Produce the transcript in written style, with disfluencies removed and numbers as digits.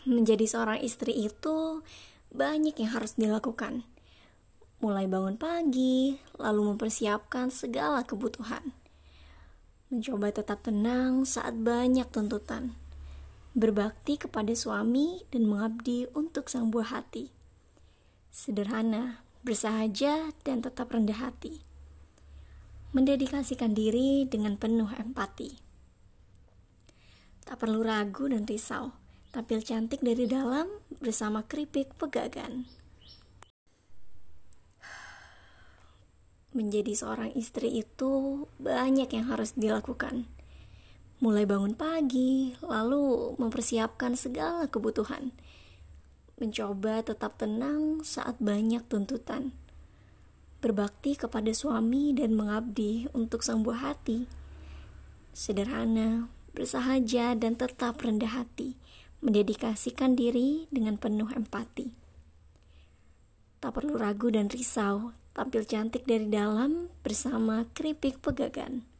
Menjadi seorang istri itu banyak yang harus dilakukan. Mulai bangun pagi, lalu mempersiapkan segala kebutuhan. Mencoba tetap tenang saat banyak tuntutan. Berbakti kepada suami dan mengabdi untuk sang buah hati. Sederhana, bersahaja, dan tetap rendah hati. Mendedikasikan diri dengan penuh empati. Tak perlu ragu dan risau, tampil cantik dari dalam bersama keripik pegagan. Menjadi seorang istri itu banyak yang harus dilakukan. Mulai bangun pagi, lalu mempersiapkan segala kebutuhan. Mencoba tetap tenang saat banyak tuntutan. Berbakti kepada suami dan mengabdi untuk sang buah hati. Sederhana, bersahaja, dan tetap rendah hati. Mendedikasikan diri dengan penuh empati. Tak perlu ragu dan risau, tampil cantik dari dalam bersama keripik pegagan.